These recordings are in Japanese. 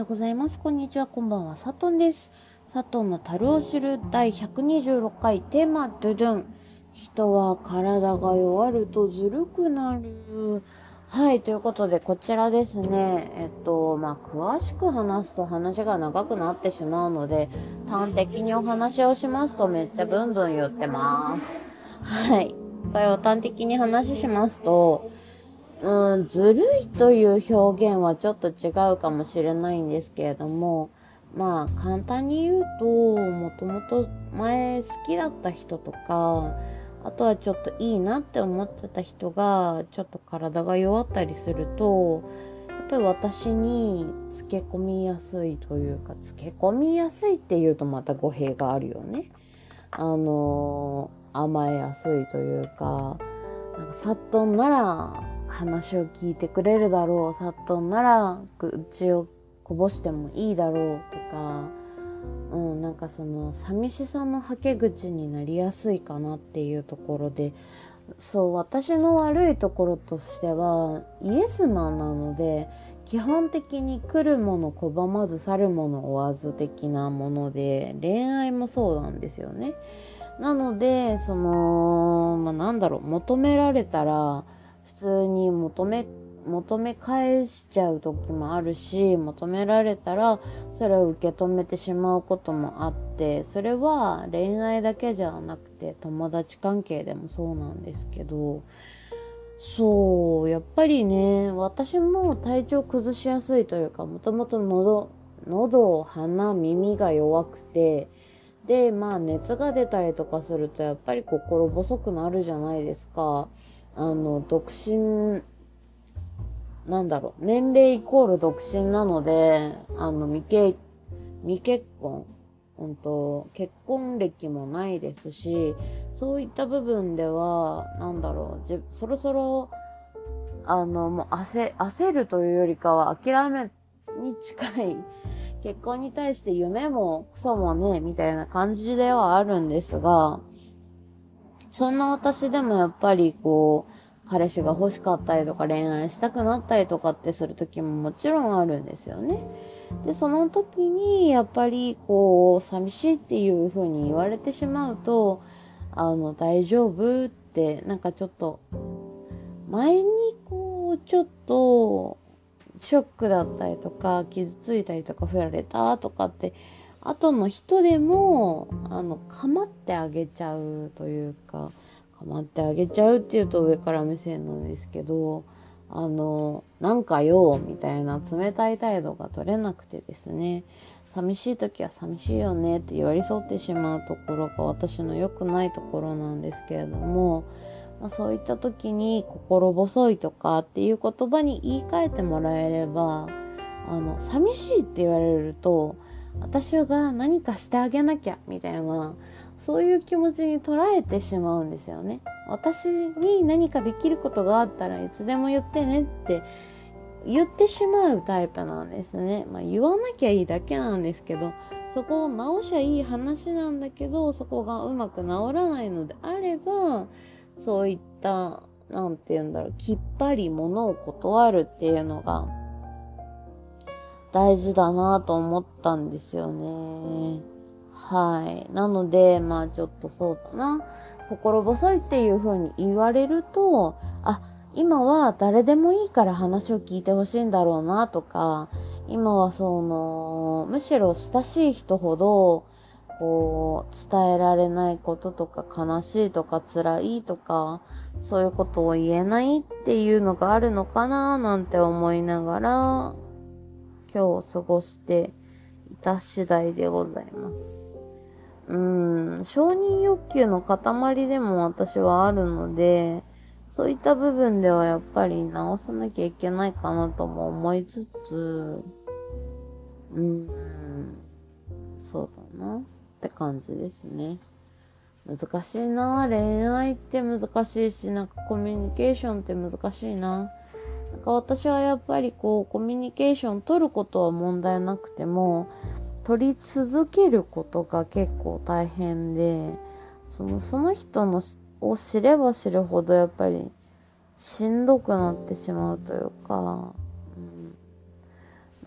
ございます。こんにちは、こんばんは、さとんです。さとんの樽を知る第126回テーマ、ドゥドゥン。人は体が弱るとずるくなる。はい、ということで、こちらですね。詳しく話すと話が長くなってしまうので、端的にお話をしますとめっちゃブンブン言ってます。はい。これを端的に話しますと、ずるいという表現はちょっと違うかもしれないんですけれども、簡単に言うと、もともと前好きだった人とか、あとはちょっといいなって思ってた人が、ちょっと体が弱ったりすると、やっぱり私につけ込みやすいというか、つけ込みやすいっていうとまた語弊があるよね。甘えやすいというか、さっとんなら話を聞いてくれるだろう、さっとんなら口をこぼしてもいいだろうとか、その寂しさのはけ口になりやすいかなっていうところで、そう、私の悪いところとしてはイエスマンなので、基本的に来るもの拒まず去るもの追わず的なもので、恋愛もそうなんですよね。なので、求められたら、普通に求め返しちゃう時もあるし、求められたら、それを受け止めてしまうこともあって、それは恋愛だけじゃなくて、友達関係でもそうなんですけど、そう、やっぱりね、私も体調崩しやすいというか、もともと喉、鼻、耳が弱くて、で、熱が出たりとかすると、やっぱり心細くなるじゃないですか。独身、年齢イコール独身なので、未結婚、結婚歴もないですし、そういった部分では、そろそろ、もう焦るというよりかは諦めに近い、結婚に対して夢もクソもね、みたいな感じではあるんですが、そんな私でもやっぱり彼氏が欲しかったりとか恋愛したくなったりとかってする時ももちろんあるんですよね。で、その時にやっぱり寂しいっていう風に言われてしまうと、大丈夫ってちょっと、前にちょっと、ショックだったりとか、傷ついたりとか、振られたとかって、後の人でも、構ってあげちゃうというか、構ってあげちゃうっていうと上から目線なんですけど、みたいな冷たい態度が取れなくてですね、寂しい時は寂しいよねって寄り添ってしまうところが私の良くないところなんですけれども、そういった時に心細いとかっていう言葉に言い換えてもらえれば、寂しいって言われると、私が何かしてあげなきゃみたいな、そういう気持ちに捉えてしまうんですよね。私に何かできることがあったらいつでも言ってねって言ってしまうタイプなんですね。言わなきゃいいだけなんですけど、そこを直しゃいい話なんだけど、そこがうまく直らないのであれば、そういった、きっぱり物を断るっていうのが大事だなと思ったんですよね。はい。なので、ちょっとそうだな。心細いっていう風に言われると、今は誰でもいいから話を聞いてほしいんだろうなとか、今はむしろ親しい人ほど、伝えられないこととか悲しいとか辛いとか、そういうことを言えないっていうのがあるのかななんて思いながら、今日を過ごしていた次第でございます。承認欲求の塊でも私はあるので、そういった部分ではやっぱり直さなきゃいけないかなとも思いつつ、そうだなって感じですね。難しいな。恋愛って難しいし、コミュニケーションって難しいな。私はやっぱりコミュニケーション取ることは問題なくても、取り続けることが結構大変で、その人を知れば知るほどやっぱりしんどくなってしまうというか、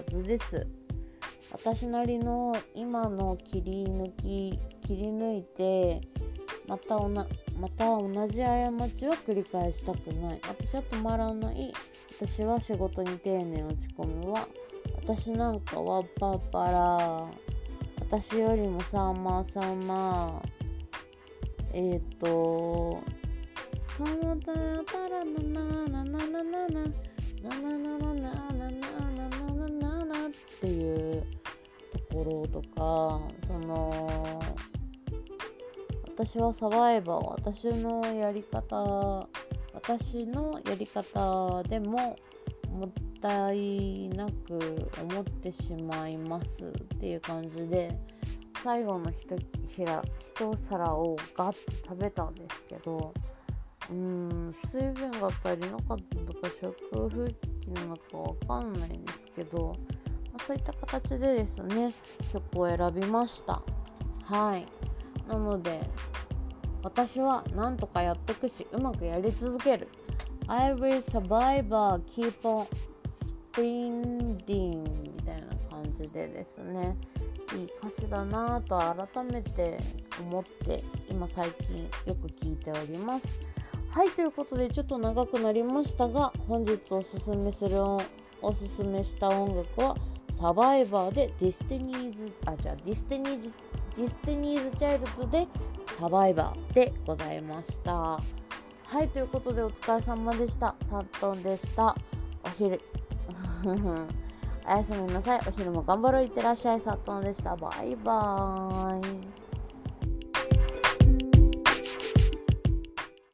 ずです。私なりの今の切り抜いてまた同じ過ちを繰り返したくない。私は止まらない。私は仕事に丁寧落ち込むわ。私なんかはパパラ。私よりもさまそうだよパラナナナナナナナナナナナナナっていうところとか、私はサバイバーを私のやり方でももったいなく思ってしまいますっていう感じで、最後の一皿をガッと食べたんですけど、水分が足りなかったとか食風紀なのかわかんないんですけど、そういった形でですね曲を選びました。はい。なので私はなんとかやっていくし、うまくやり続ける。 I will survive, keep on sprinting みたいな感じでですね、いい歌詞だなと改めて思って今最近よく聴いております。はい、ということでちょっと長くなりましたが、本日おすすめした音楽はサバイバーでディスティニーズチャイルドでサバイバーでございました。はい、ということでお疲れ様でした。サットンでした。お昼おやすみなさい。お昼も頑張ろう。いってらっしゃい。サットンでした。バイバーイ。